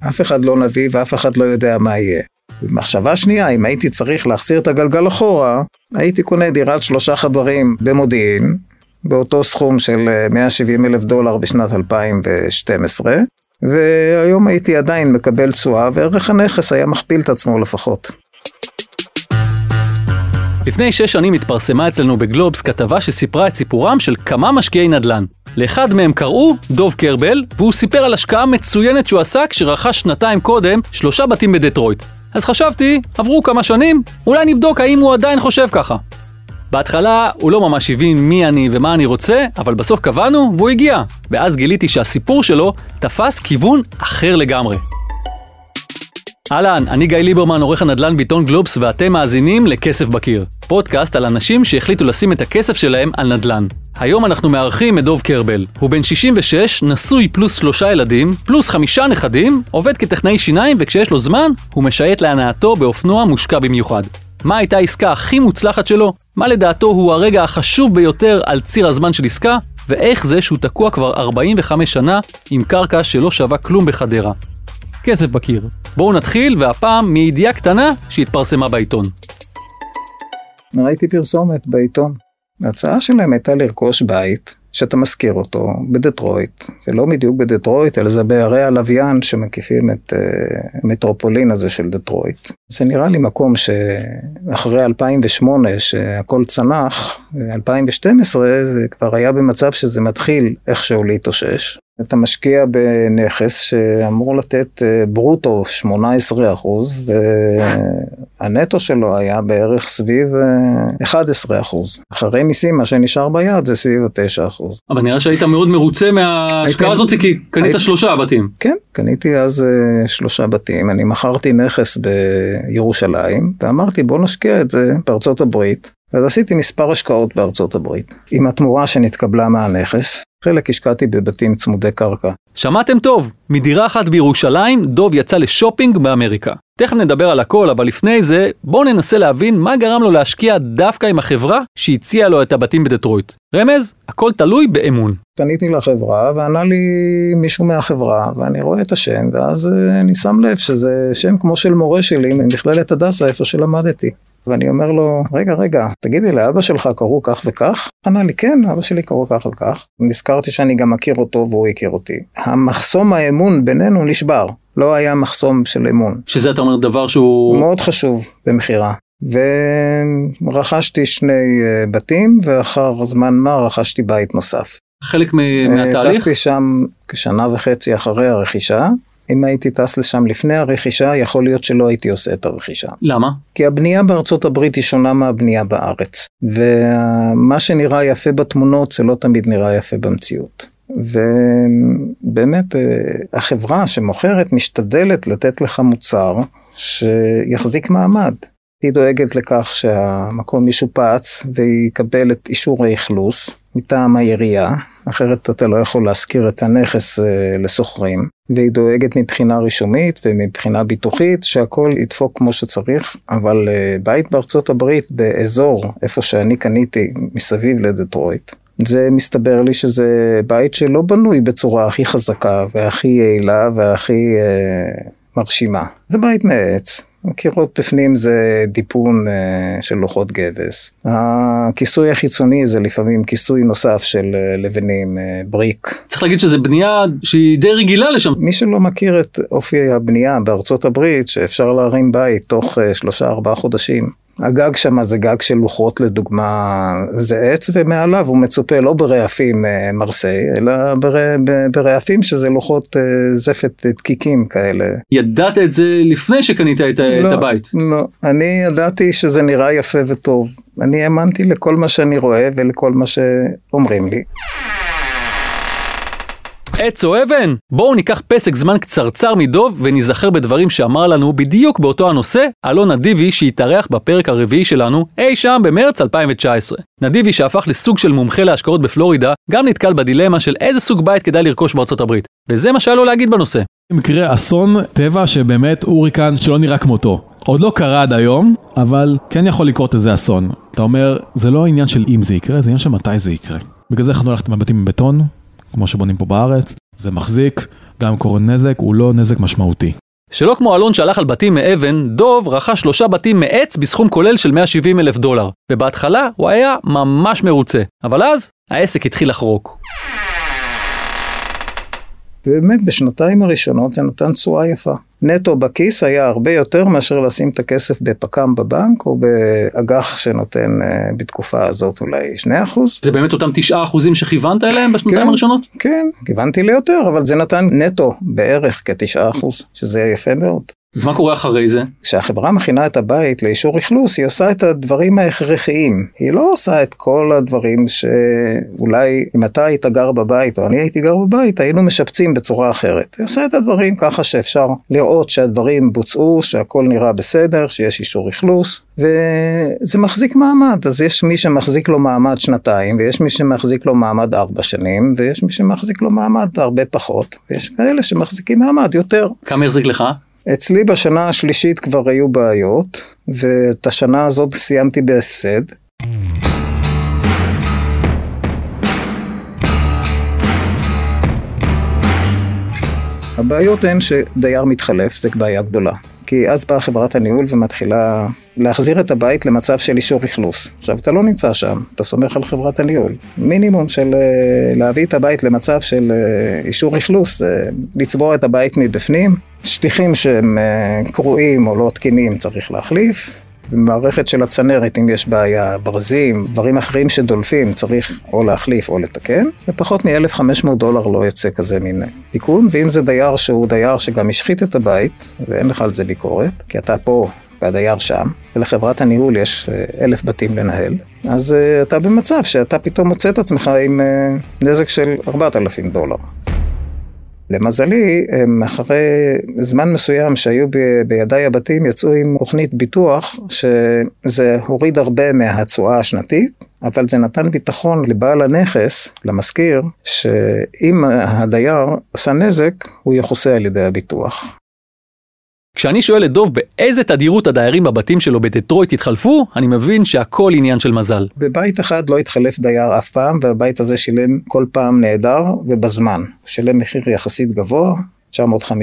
אף אחד לא נביא ואף אחד לא יודע מה יהיה. במחשבה שנייה, אם הייתי צריך להחזיר את הגלגל אחורה, הייתי קונה דירת 3 חדרים במודיעין, באותו סכום של $170,000 בשנת 2012, והיום הייתי עדיין מקבל תשואה, וערך הנכס היה מכפיל את עצמו לפחות. לפני 6 שנים התפרסמה אצלנו בגלובס כתבה שסיפרה את סיפורם של כמה משקיעי נדל"ן. לאחד מהם קראו דוב קרבל, והוא סיפר על השקעה מצוינת שהוא עשה כשרכש 2 קודם 3 בתים בדטרויט. אז חשבתי, עברו כמה שנים, אולי נבדוק האם הוא עדיין חושב ככה. בהתחלה הוא לא ממש הבין מי אני ומה אני רוצה, אבל בסוף קבענו והוא הגיע. ואז גיליתי שהסיפור שלו תפס כיוון אחר לגמרי. אהלן, אני גיא ליברמן, עורך הנדל"ן בעיתון גלובס, ואתם מאזינים לכסף בקיר. פודקאסט על אנשים שהחליטו לשים את הכסף שלהם על נדל"ן. היום אנחנו מארחים את דוב קרבל. הוא בן 66, נשוי פלוס 3 ילדים, פלוס 5 נכדים, עובד כטכנאי שיניים, וכשיש לו זמן, הוא משייט להנאתו באופנוע מושקע במיוחד. מה הייתה העסקה הכי מוצלחת שלו? מה לדעתו הוא הרגע החשוב ביותר על ציר הזמן של עסקה? ואיך זה שהוא תקוע כבר 45 שנה עם קרקע שלא שווה כלום בחדרה. כסף בקיר. בואו נתחיל, והפעם מידיעה קטנה שהתפרסמה בעיתון. ראיתי פרסומת בעיתון. ההצעה שלהם הייתה לרכוש בית שאתה מזכיר אותו בדטרויט. זה לא בדיוק בדטרויט, אלא זה בערי הלוויין שמקיפים את המטרופולין הזה של דטרויט. זה נראה לי מקום שאחרי 2008 שהכל צנח, 2012 זה כבר היה במצב שזה מתחיל איכשהו להתאושש. אתה משקיע בנכס שאמור לתת ברוטו 18%, והנטו שלו היה בערך סביב 11%. אחרי מיסים, מה שנשאר ביד זה סביב 9%. אבל נראה שהיית מאוד מרוצה מההשקעה הזאת, כי קנית 3 בתים. כן, קניתי אז 3 בתים. אני מכרתי נכס בירושלים, ואמרתי בוא נשקיע את זה בארצות הברית. אז עשיתי מספר השקעות בארצות הברית. עם התמורה שנתקבלה מהנכס, חלק השקעתי בבתים צמודי קרקע. שמעתם טוב, מדירה אחת בירושלים, דוב יצא לשופינג באמריקה. תכף נדבר על הכל, אבל לפני זה, בואו ננסה להבין מה גרם לו להשקיע דווקא עם החברה שהציעה לו את הבתים בדטרויט. רמז, הכל תלוי באמון. פניתי לחברה וענה לי מישהו מהחברה, ואני רואה את השם, ואז אני שם לב שזה שם כמו של מורה שלי, ממכללת הדסה, איפה שלמדתי. ואני אומר לו, רגע, תגידי, לאבא שלך קראו כך וכך? ענה לי, כן, אבא שלי קראו כך וכך. נזכרתי שאני גם מכיר אותו והוא הכיר אותי. המחסום האמון בינינו נשבר. לא היה מחסום של אמון. שזה אתה אומר דבר שהוא מאוד חשוב במחירה. ורכשתי 2 בתים, ואחר זמן מה רכשתי בית נוסף. חלק מהתהליך? טסתי שם כשנה וחצי אחרי הרכישה. אם הייתי טס לשם לפני הרכישה, יכול להיות שלא הייתי עושה את הרכישה. למה? כי הבנייה בארצות הברית היא שונה מהבנייה בארץ. ומה שנראה יפה בתמונות, זה לא תמיד נראה יפה במציאות. ובאמת, החברה שמוכרת משתדלת לתת לך מוצר שיחזיק מעמד. היא דואגת לכך שהמקום ישופץ ויקבל את אישור האכלוס מטעם העירייה, אחרת אתה לא יכול להשכיר את הנכס לסוחרים, והיא דואגת מבחינה רישומית ומבחינה ביטוחית שהכל ידפוק כמו שצריך, אבל בית בארצות הברית באזור איפה שאני קניתי מסביב לדטרויט, זה מסתבר לי שזה בית שלא בנוי בצורה הכי חזקה והכי יעילה והכי מרשימה. זה בית מעץ. הקירות בפנים זה דיפון של לוחות גבס. הכיסוי החיצוני זה לפעמים כיסוי נוסף של לבנים, בריק. צריך להגיד שזה בנייה שהיא די רגילה לשם. מי שלא מכיר את אופי הבנייה בארצות הברית, שאפשר להרים בית תוך 3-4 חודשים. הגג שם זה גג של לוחות לדוגמה, זה עץ ומעליו הוא מצופה לא ברעפים מרסיי, אלא ברעפים שזה לוחות זפת דקיקים כאלה. ידעת את זה לפני שקנית את הבית? לא, אני ידעתי שזה נראה יפה וטוב. אני האמנתי לכל מה שאני רואה ולכל מה שאומרים לי. עץ או אבן? בואו ניקח פסק זמן קצרצר מדוב ונזכר בדברים שאמר לנו בדיוק באותו הנושא אלון נדיבי שהתארח בפרק הרביעי שלנו אי שם במרץ 2019. נדיבי שהפך לסוג של מומחה להשקעות בפלורידה גם נתקל בדילמה של איזה סוג בית כדאי לרכוש בארצות הברית. וזה מה שהיה לו להגיד בנושא. מקרה אסון טבע שבאמת הוריקן שלא נראה כמותו. עוד לא קרה עד היום, אבל כן יכול לקרות איזה אסון. אתה אומר, זה לא עניין של אם זה יקרה, זה עניין של מתי זה יקרה. בגלל זה אנחנו הלכתם מבתים מבטון, כמו שבונים פה בארץ, זה מחזיק, גם אם קורה נזק, הוא לא נזק משמעותי. שלא כמו אלון שהלך על בתים מאבן, דוב רכש 3 בתים מעץ בסכום כולל של $170,000. ובהתחלה הוא היה ממש מרוצה, אבל אז העסק התחיל לחרוק. באמת בשנתיים הראשונות זה נתן תשואה יפה. נטו בכיס היה הרבה יותר מאשר לשים את הכסף בפקם בבנק, או באג"ח שנותן בתקופה הזאת אולי 2%. זה באמת אותם 9% שכיוונת אליהם בשנתיים הראשונות? כן, כיוונתי ליותר, אבל זה נתן נטו בערך כ9%, שזה יפה מאוד. אז מה קורה אחרי זה? כשהחברה מכינה את הבית לאישור אכלוס, היא עושה את הדברים ההכרחיים. היא לא עושה את כל הדברים שאולי אם אתה היית גר בבית או אני הייתי גר בבית, היינו משפצים בצורה אחרת. היא עושה את הדברים ככה שאפשר לראות שהדברים בוצעו, שהכל נראה בסדר, שיש אישור אכלוס, וזה מחזיק מעמד. אז יש מי שמחזיק לו מעמד 2, ויש מי שמחזיק לו מעמד 4 שנים, ויש מי שמחזיק לו מעמד הרבה פחות, ויש כאלה שמחזיקים מעמד יותר. כמה יחזיק לך? אצלי בשנה השלישית כבר היו בעיות, ואת השנה הזאת סיימתי בהפסד. הבעיות הן שדייר מתחלף, זה בעיה גדולה. כי אז באה חברת הניהול ומתחילה להחזיר את הבית למצב של אישור אכלוס. עכשיו, אתה לא נמצא שם, אתה סומך על חברת הניהול. מינימום של להביא את הבית למצב של אישור אכלוס, לצבוע את הבית מבפנים. שטיחים שהם קרועים או לא תקינים צריך להחליף. במערכת של הצנרת, אם יש בעיה, ברזים, דברים אחרים שדולפים, צריך או להחליף או לתקן, ופחות $1,500 לא יצא כזה מין תיקון, ואם זה דייר שהוא דייר שגם השחית את הבית, ואין לך על זה ביקורת, כי אתה פה והדייר שם, ולחברת הניהול יש 1,000 בתים לנהל, אז אתה במצב שאתה פתאום מוצא את עצמך עם נזק של $4,000. למזלי, אחרי זמן מסוים שהיו בידי הבתים, יצאו עם תוכנית ביטוח, שזה הוריד הרבה מהתשואה השנתית, אבל זה נתן ביטחון לבעל הנכס, למזכיר, שאם הדייר עשה נזק, הוא יחוסה על ידי הביטוח. כשאני שואל את דוב באיזה תדירות הדיירים בבתים שלו בדטרויט התחלפו, אני מבין שהכל עניין של מזל. בבית אחד לא התחלף דייר אף פעם, והבית הזה שילם כל פעם נהדר ובזמן. שילם מחיר יחסית גבוה, $950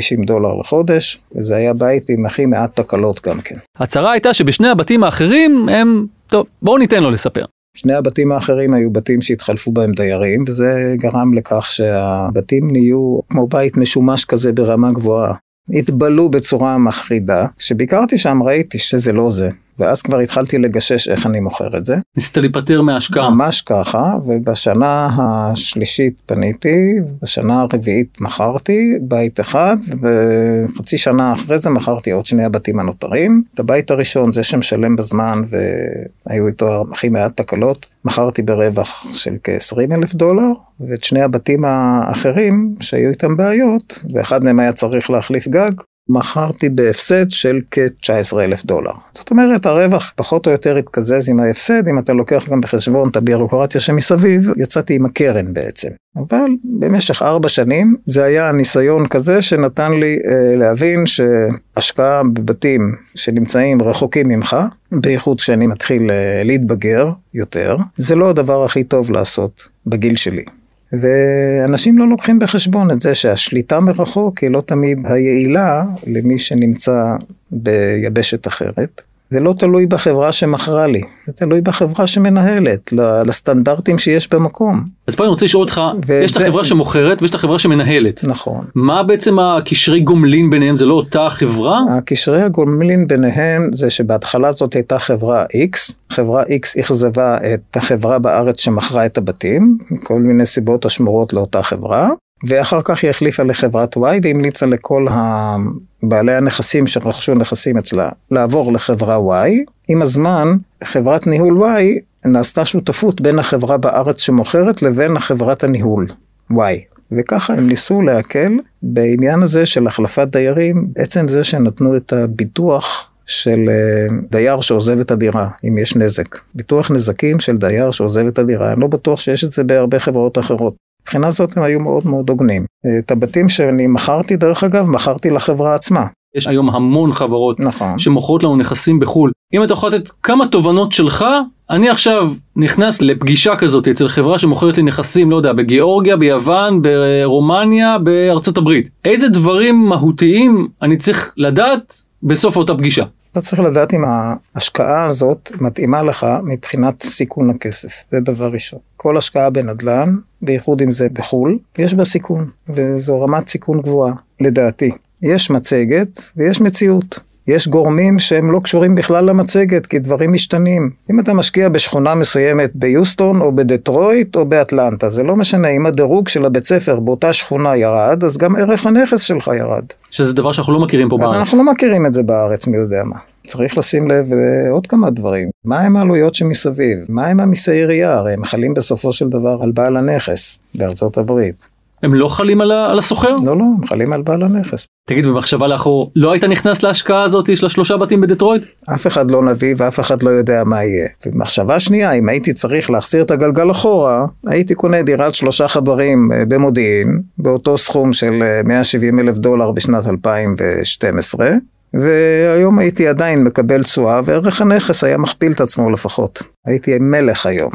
לחודש, וזה היה בית עם הכי מעט תקלות גם כן. הצרה הייתה שבשני הבתים האחרים הם... טוב, בואו ניתן לו לספר. שני הבתים האחרים היו בתים שהתחלפו בהם דיירים, וזה גרם לכך שהבתים נהיו כמו בית משומש כזה ברמה גבוהה. התבלו בצורה מחרידה. כשביקרתי שם ראיתי שזה לא זה, ואז כבר התחלתי לגשש איך אני מוכר את זה. ניסית להיפטר מההשקעה. ממש ככה, ובשנה השלישית פניתי, ובשנה הרביעית מכרתי בית אחד, וחצי שנה אחרי זה מכרתי עוד 2 הבתים הנותרים. את הבית הראשון, זה שמשלם בזמן, והיו איתו הכי מעט תקלות, מכרתי ברווח של $20,000, ואת 2 הבתים האחרים שהיו איתם בעיות, ואחד מהם היה צריך להחליף גג, מכרתי בהפסד של $19,000. זאת אומרת, הרווח פחות או יותר התקזז עם ההפסד, אם אתה לוקח גם בחשבון את הבירוקרטיה שמסביב, יצאתי עם הקרן בעצם. אבל במשך 4 שנים, זה היה ניסיון כזה שנתן לי להבין שהשקעה בבתים שנמצאים רחוקים ממך, בייחוד שאני מתחיל להתבגר יותר, זה לא הדבר הכי טוב לעשות בגיל שלי. ואנשים לא לוקחים בחשבון את זה שהשליטה מרחוק היא לא תמיד היעילה למי שנמצא ביבשת אחרת. זה לא תלוי בחברה שמכרה לי, זה תלוי בחברה שמנהלת, לסטנדרטים שיש במקום. אז פה אני רוצה לשאול אותך, יש את החברה שמוכרת ויש את החברה שמנהלת. נכון. מה בעצם הקשרי גומלין ביניהם? זה לא אותה חברה? הקשרי הגומלין ביניהם זה שבהתחלה זאת הייתה חברה X, חברה X אכזבה את החברה בארץ שמכרה את הבתים, כל מיני סיבות השמורות לאותה חברה, ואחר כך היא החליפה לחברת Y, והמליצה לכל בעלי הנכסים שרכשו נכסים אצלה לעבור לחברה Y. עם הזמן, חברת ניהול Y נעשתה שותפות בין החברה בארץ שמוכרת לבין החברת הניהול Y. וככה הם ניסו להקל בעניין הזה של החלפת דיירים, בעצם זה שנתנו את הביטוח של דייר שעוזב את הדירה, אם יש נזק. ביטוח נזקים של דייר שעוזב את הדירה, אני לא בטוח שיש את זה בהרבה חברות אחרות. מבחינה זאת הם היו מאוד מאוד הוגנים. את הבתים שאני מכרתי, דרך אגב, מכרתי לחברה עצמה. יש היום המון חברות נכון. שמוכרות לנו נכסים בחול. אם אתה יכול לתת כמה תובנות שלך אני עכשיו נכנס לפגישה כזאת אצל חברה שמוכרת לי נכסים, לא יודע, בגיאורגיה, ביוון, ברומניה, בארצות הברית. איזה דברים מהותיים אני צריך לדעת בסוף אותה פגישה? אתה צריך לדעת אם ההשקעה הזאת מתאימה לך מבחינת סיכון הכסף. זה דבר ראשון. כל השקעה בנדל"ן, בייחוד אם זה בחול, יש בה סיכון, וזו רמת סיכון גבוהה, לדעתי. יש מצגת ויש מציאות. יש גורמים שהם לא קשורים בכלל למצגת, כי דברים משתנים. אם אתה משקיע בשכונה מסוימת ביוסטון, או בדטרויט, או באטלנטה, זה לא משנה. אם הדירוג של הבית ספר באותה שכונה ירד, אז גם ערך הנכס שלך ירד. שזה דבר שאנחנו לא מכירים פה בארץ. אנחנו לא מכירים את זה בארץ, מי יודע מה. צריך לשים לב לעוד כמה דברים. מה הם העלויות שמסביב? מה הם המיסי עירייה? הרי הם חלים בסופו של דבר על בעל הנכס בארצות הברית. הם לא חלים על הסוחר? לא, הם חלים על בעל הנכס. תגיד, במחשבה לאחור, לא היית נכנס להשקעה הזאת של 3 בתים בדטרויט? אף אחד לא נביא ואף אחד לא יודע מה יהיה. במחשבה שנייה, אם הייתי צריך להחזיר את הגלגל אחורה, הייתי קונה דירת 3 חדרים במודיעין, באותו סכום של $170,000 בשנת 2012, והיום הייתי עדיין מקבל תשואה, וערך הנכס היה מכפיל את עצמו לפחות. הייתי מלך היום.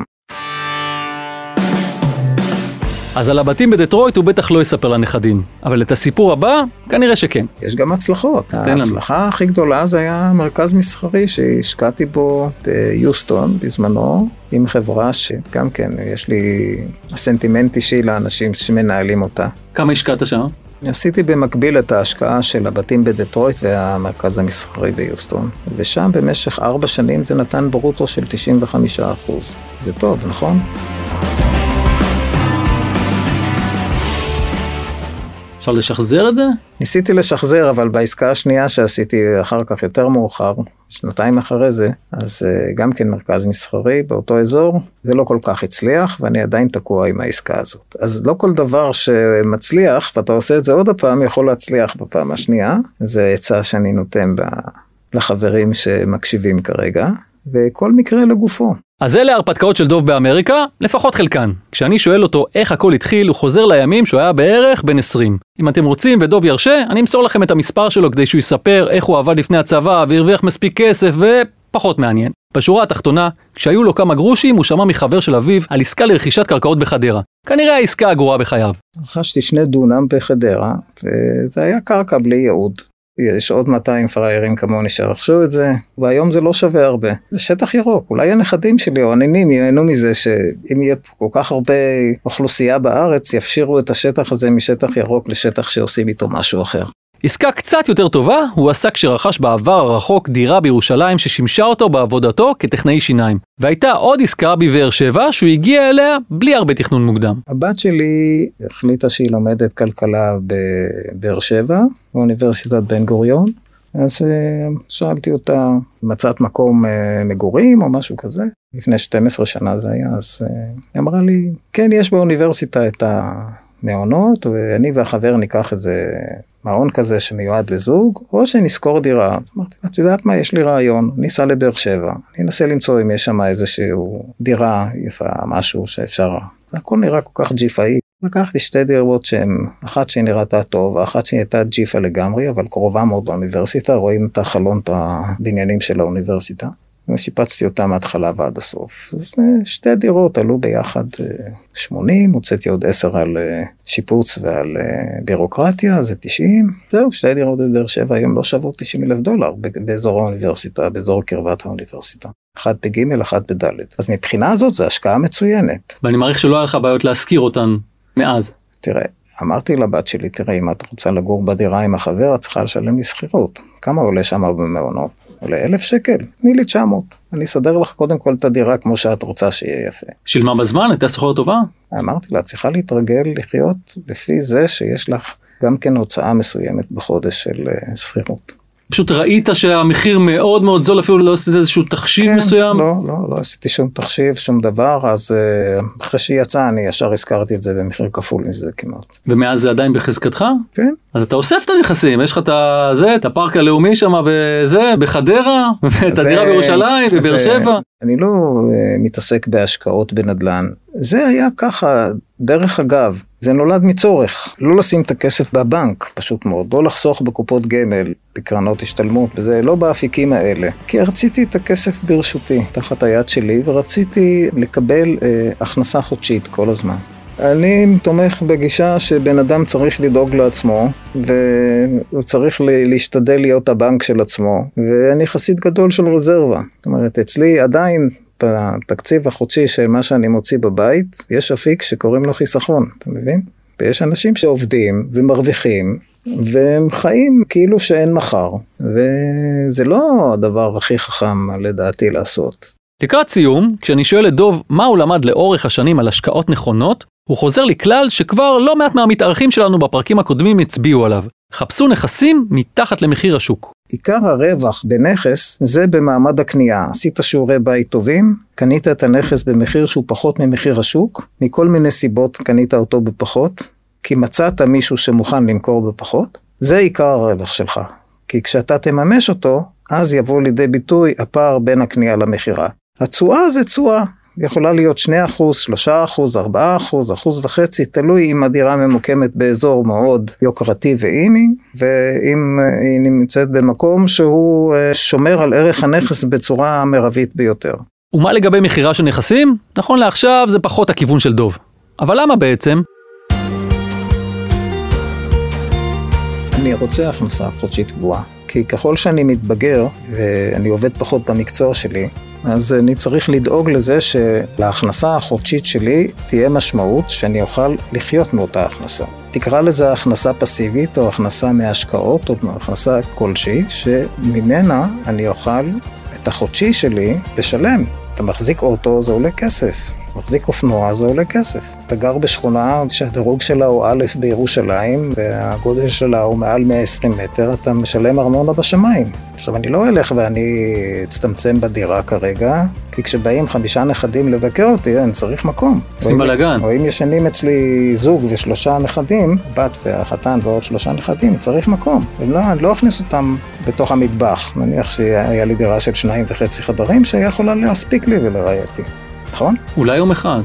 אז על הבתים בדטרויט הוא בטח לא יספר לנכדים, אבל את הסיפור הבא, כנראה שכן. יש גם הצלחות. ההצלחה הכי גדולה זה היה מרכז מסחרי שהשקעתי בו ביוסטון בזמנו, עם חברה שגם כן יש לי סנטימנט אישי לאנשים שמנהלים אותה. כמה השקעת שם? עשיתי במקביל את ההשקעה של הבתים בדטרויט והמרכז המסחרי ביוסטון, ושם במשך 4 שנים זה נתן ברוטו של 95%. זה טוב, נכון? אפשר לשחזר את זה? ניסיתי לשחזר, אבל בעסקה השנייה שעשיתי אחר כך יותר מאוחר, 2 אחרי זה, אז גם כן מרכז מסחרי באותו אזור, זה לא כל כך הצליח, ואני עדיין תקוע עם העסקה הזאת. אז לא כל דבר שמצליח, ואתה עושה את זה עוד הפעם, יכול להצליח בפעם השנייה. זה עצה שאני נותן לחברים שמקשיבים כרגע, וכל מקרה לגופו. אז אלה ההרפתקאות של דוב באמריקה, לפחות חלקן. כשאני שואל אותו איך הכל התחיל, הוא חוזר לימים שהוא היה בערך בן 20. אם אתם רוצים ודוב ירשה, אני אמסור לכם את המספר שלו כדי שהוא יספר איך הוא עבד לפני הצבא והרוויח מספיק כסף ופחות מעניין. בשורה התחתונה, כשהיו לו כמה גרושים, הוא שמע מחבר של אביו על עסקה לרכישת קרקעות בחדרה. כנראה העסקה הגרועה בחייו. רכשתי 2 דונם בחדרה, וזה היה קרקע בלי ייעוד. יש עוד 200 פריירים כמוני שרכשו את זה, והיום זה לא שווה הרבה. זה שטח ירוק, אולי הנכדים שלי או הנינים ייהנו מזה שאם יהיה כל כך הרבה אוכלוסייה בארץ, יפשירו את השטח הזה משטח ירוק לשטח שעושים איתו משהו אחר. עסקה קצת יותר טובה, הוא עסק שרכש בעבר הרחוק דירה בירושלים ששימשה אותו בעבודתו כטכנאי שיניים. והייתה עוד עסקה בבאר שבע שהוא הגיע אליה בלי הרבה תכנון מוקדם. הבת שלי החליטה שהיא לומדת כלכלה בבאר שבע, באוניברסיטת בן גוריון. אז שאלתי אותה, מצאת מקום מגורים או משהו כזה? לפני 12 שנה זה היה, אז היא אמרה לי, כן, יש באוניברסיטה את המעונות, ואני והחבר ניקח איזה מעון כזה שמיועד לזוג, או שנזכור דירה. אז אמרתי, את יודעת מה, יש לי רעיון, ניסע לבאר שבע, אני אנסה למצוא אם יש שם איזשהו דירה יפה, משהו שאפשר. הכל נראה כל כך ג'יפאי. לקחתי 2 דירות שהן, אחת שהיא נראתה טוב, ואחת שהיא הייתה ג'יפה לגמרי, אבל קרובה מאוד לאוניברסיטה, רואים את החלון, את הבניינים של האוניברסיטה. ושיפצתי אותה מההתחלה ועד הסוף. אז 2 דירות עלו ביחד 80, הוצאתי עוד 10 על שיפוץ ועל בירוקרטיה, זה 90. זהו, 2 דירות בבאר שבע היום לא שוות $90,000 באזור האוניברסיטה, באזור קרבת האוניברסיטה. 1 בג' 1 בד'. אז מבחינה הזאת זה השקעה מצוינת. ואני מעריך שלא היה לך בעיות להזכיר אותן מאז. תראה, אמרתי לבת שלי, תראה, אם את רוצה לגור בדירה עם החבר, את צריכה לשלם לי שכירות. כמה עולה שם במעונות? עולה 1,000 שקל, תני לי 900. אני אסדר לך קודם כל את הדירה כמו שאת רוצה שיהיה יפה. שילמה בזמן? הייתה שוכרת טובה? אמרתי לה, צריכה להתרגל לחיות לפי זה שיש לך גם כן הוצאה מסוימת בחודש של שכירות. פשוט ראית שהמחיר מאוד מאוד זול, אפילו לא עשית איזשהו תחשיב מסוים? לא עשיתי שום תחשיב, שום דבר, אז אחרי שהיא יצאה, אני ישר הזכרתי את זה במחיר כפול מזה כמעט. ומאז זה עדיין בחזקתך? כן. אז אתה אוסף את הנכסים, יש לך את הפארק הלאומי שם בחדרה, ואת הדירה בירושלים, בבאר שבע. אני לא מתעסק בהשקעות בנדל"ן. זה היה ככה, דרך אגב, זה נולד מצורך, לא לשים את הכסף בבנק, פשוט מאוד, לא לחסוך בקופות גמל, בקרנות השתלמות, וזה לא באפיקים האלה, כי רציתי את הכסף ברשותי, תחת היד שלי, ורציתי לקבל הכנסה חודשית כל הזמן. אני תומך בגישה שבן אדם צריך לדאוג לעצמו, והוא צריך להשתדל להיות הבנק של עצמו, ואני חסיד גדול של רזרבה. זאת אומרת, אצלי עדיין בתקציב החודשי של מה שאני מוציא בבית, יש אפיק שקוראים לו חיסכון, אתה מבין? ויש אנשים שעובדים ומרוויחים, והם חיים כאילו שאין מחר, וזה לא הדבר הכי חכם לדעתי לעשות. לקראת סיום, כשאני שואל את דוב מה הוא למד לאורך השנים על השקעות נכונות, הוא חוזר לי כלל שכבר לא מעט מהמתארחים שלנו בפרקים הקודמים הצביעו עליו. חפשו נכסים מתחת למחיר השוק. עיקר הרווח בנכס זה במעמד הקנייה. עשית שיעורי בית טובים, קנית את הנכס במחיר שהוא פחות ממחיר השוק, מכל מיני סיבות קנית אותו בפחות, כי מצאת מישהו שמוכן למכור בפחות, זה עיקר הרווח שלך. כי כשאתה תממש אותו, אז יבוא לידי ביטוי הפער בין הקנייה למחירה. התשואה זה תשואה. יכולה להיות 2%, 3%, 4%, 1.5%, תלוי אם הדירה ממוקמת באזור מאוד יוקרתי ואיני, ואם היא נמצאת במקום שהוא שומר על ערך הנכס בצורה מרבית ביותר. ומה לגבי מחירה של נכסים? נכון לעכשיו זה פחות הכיוון של דוב. אבל למה בעצם? אני רוצה הכנסה חודשית גבוהה, כי ככל שאני מתבגר ואני עובד פחות במקצוע שלי, אז אני צריך לדאוג לזה שלהכנסה החודשית שלי תהיה משמעות שאני אוכל לחיות מאותה הכנסה. תקרא לזה הכנסה פסיבית או הכנסה מהשקעות או הכנסה כלשהי, שממנה אני אוכל את החודשי שלי לשלם. אתה מחזיק אוטו, זה עולה כסף. מחזיק אופנוע, זה עולה כסף. אתה גר בשכונה שהדירוג שלה הוא א' בירושלים, והגודל שלה הוא מעל 120 מטר, אתה משלם ארנונה בשמיים. עכשיו, אני לא אלך ואני אצטמצם בדירה כרגע, כי כשבאים 5 נכדים לבקר אותי, אני צריך מקום. שים בלגן. או אם ישנים אצלי זוג ו3 נכדים, בת והחתן ועוד 3 נכדים, צריך מקום. אני לא אכניס אותם בתוך המטבח. נניח שהיה לי דירה של 2.5 חדרים, שיכולה להספיק לי ולרעייתי. נכון? אולי יום אחד.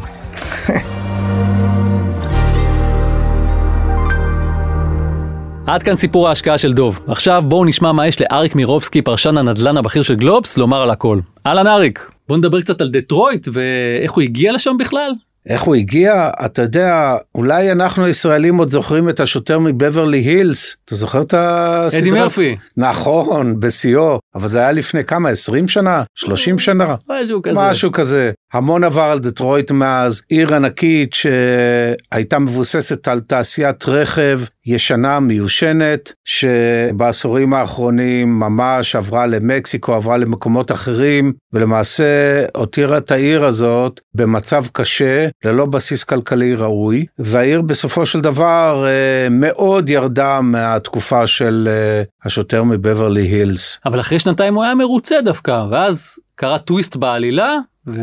עד כאן סיפור ההשקעה של דוב. עכשיו בואו נשמע מה יש לאריק מירובסקי, פרשן הנדל"ן הבכיר של גלובס, לומר על הכל. אהלן אריק, בואו נדבר קצת על דטרויט ואיך הוא הגיע לשם בכלל. איך הוא הגיע? אתה יודע, אולי אנחנו ישראלים עוד זוכרים את השוטר מבברלי הילס. אתה זוכר את הסדרה? אדי מרפי. נכון, בסיוע. אבל זה היה לפני כמה? 20 שנה? 30 שנה? משהו כזה. המון עבר על דטרויט מאז, עיר ענקית שהייתה מבוססת על תעשיית רכב ישנה, מיושנת, שבעשורים האחרונים ממש עברה למקסיקו, עברה למקומות אחרים, ולמעשה הותירה את העיר הזאת במצב קשה, ללא בסיס כלכלי ראוי, והעיר בסופו של דבר מאוד ירדה מהתקופה של השוטר מבברלי הילס. אבל אחרי 2 הוא היה מרוצה דווקא, ואז קרה טוויסט בעלילה,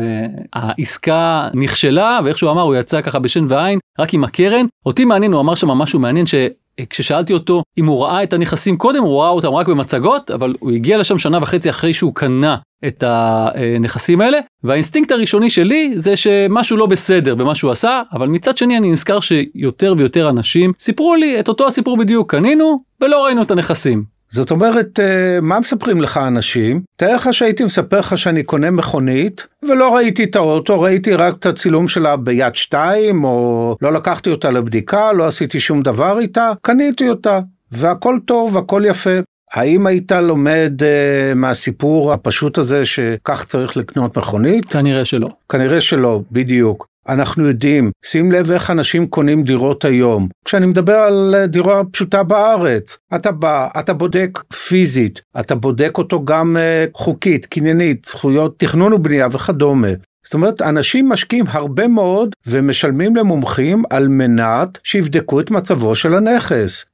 והעסקה נכשלה, ואיך שהוא אמר, הוא יצא ככה בשן ועין, רק עם הקרן. אותי מעניין, הוא אמר שם משהו מעניין, שכששאלתי אותו אם הוא ראה את הנכסים קודם, הוא ראה אותם רק במצגות, אבל הוא הגיע לשם 1.5 שנה אחרי שהוא קנה את הנכסים האלה, והאינסטינקט הראשוני שלי זה שמשהו לא בסדר במה שהוא עשה, אבל מצד שני אני נזכר שיותר ויותר אנשים סיפרו לי את אותו הסיפור בדיוק, קנינו ולא ראינו את הנכסים. זאת אומרת, מה מספרים לך אנשים? תאר לך שהייתי מספר לך שאני קונה מכונית, ולא ראיתי את האוטו, ראיתי רק את הצילום שלה ביד 2, או לא לקחתי אותה לבדיקה, לא עשיתי שום דבר איתה, קניתי אותה, והכל טוב, הכל יפה. האם היית לומד מהסיפור הפשוט הזה שכך צריך לקנות מכונית? כנראה שלא. כנראה שלא, בדיוק. אנחנו יודעים, שים לב איך אנשים קונים דירות היום. כשאני מדבר על דירה פשוטה בארץ, אתה בא, אתה בודק פיזית, אתה בודק אותו גם חוקית, קניינית, זכויות, תכנון ובנייה וכדומה. זאת אומרת, אנשים משקיעים הרבה מאוד ומשלמים למומחים על מנת שיבדקו את מצבו של הנכס.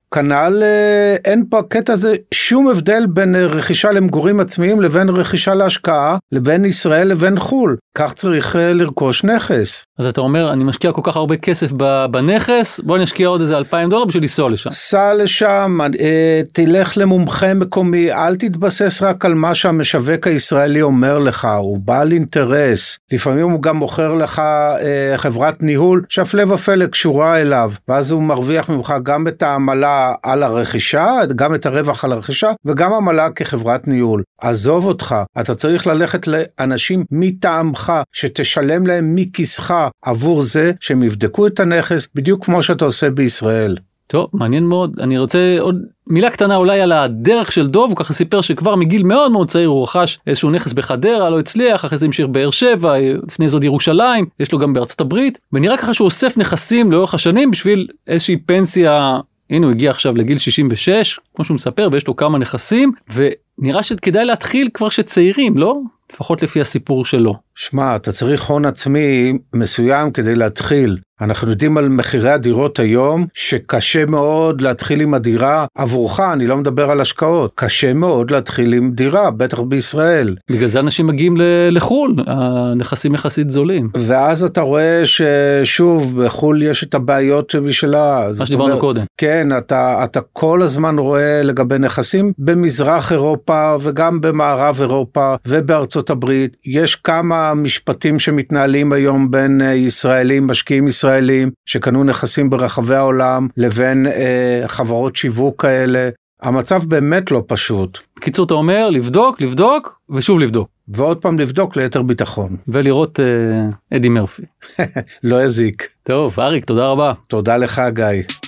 כנ"ל אין פה קטע הזה שום הבדל בין רכישה למגורים עצמיים לבין רכישה להשקעה, לבין ישראל לבין חול. כך צריך לרכוש נכס. אז אתה אומר, אני משקיע כל כך הרבה כסף בנכס, בוא נשקיע עוד איזה $2,000 בשביל לנסוע לשם. סע לשם, תלך למומחה מקומי, אל תתבסס רק על מה שהמשווק הישראלי אומר לך, הוא בעל אינטרס. לפעמים הוא גם מוכר לך חברת ניהול, שהפלא ופלא קשורה אליו, ואז הוא מרוויח ממך גם את העמלה על הרכישה, גם את הרווח על הרכישה, וגם עמלה כחברת ניהול. עזוב אותך, אתה צריך ללכת לאנשים מטעמך, שתשלם להם מכיסך עבור זה שהם יבדקו את הנכס, בדיוק כמו שאתה עושה בישראל. טוב, מעניין מאוד. אני רוצה עוד מילה קטנה אולי על הדרך של דוב. הוא ככה סיפר שכבר מגיל מאוד מאוד צעיר הוא רכש איזשהו נכס בחדרה, לא הצליח, אחרי זה המשיך באר שבע, לפני זאת ירושלים, יש לו גם בארצות הברית, ונראה ככה שהוא אוסף נכסים לאורך השנים בשביל איזושהי פנסיה. הנה הוא הגיע עכשיו לגיל 66, כמו שהוא מספר, ויש לו כמה נכסים, ונראה שכדאי להתחיל כבר שצעירים, לא? לפחות לפי הסיפור שלו. שמע, אתה צריך הון עצמי מסוים כדי להתחיל. אנחנו יודעים על מחירי הדירות היום, שקשה מאוד להתחיל עם הדירה עבורך, אני לא מדבר על השקעות, קשה מאוד להתחיל עם דירה, בטח בישראל. בגלל זה אנשים מגיעים לחול, הנכסים יחסית זולים. ואז אתה רואה ששוב, בחול יש את הבעיות שבשלה. מה שדיברנו קודם. כן, אתה כל הזמן רואה לגבי נכסים במזרח אירופה, וגם במערב אירופה, ובארצות הברית. יש כמה משפטים שמתנהלים היום בין ישראלים, משקיעים ישראלים, שקנו נכסים ברחבי העולם, לבין חברות שיווק כאלה. המצב באמת לא פשוט. בקיצור, אתה אומר, לבדוק, ושוב לבדוק. ועוד פעם לבדוק ליתר ביטחון. ולראות אדי מרפי. לא יזיק. טוב, אריק, תודה רבה. תודה לך, גיא.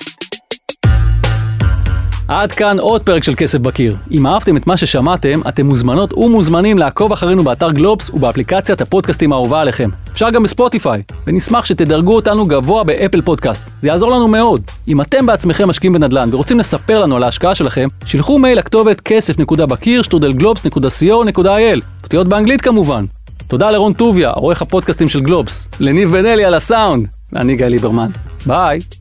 עד כאן עוד פרק של כסף בקיר. אם אהבתם את מה ששמעתם, אתם מוזמנות ומוזמנים לעקוב אחרינו באתר גלובס ובאפליקציית הפודקאסטים האהובה עליכם. אפשר גם בספוטיפיי, ונשמח שתדרגו אותנו גבוה באפל פודקאסט. זה יעזור לנו מאוד. אם אתם בעצמכם משקיעים בנדל"ן ורוצים לספר לנו על ההשקעה שלכם, שלחו מייל לכתובת כסף.בקיר@globs.co.il. פתיות באנגלית כמובן. תודה לרון טוביה, עורך הפודקאסטים של גלובס, לניב בן אלי על הסאונד, ואני גיא ליברמן. ביי.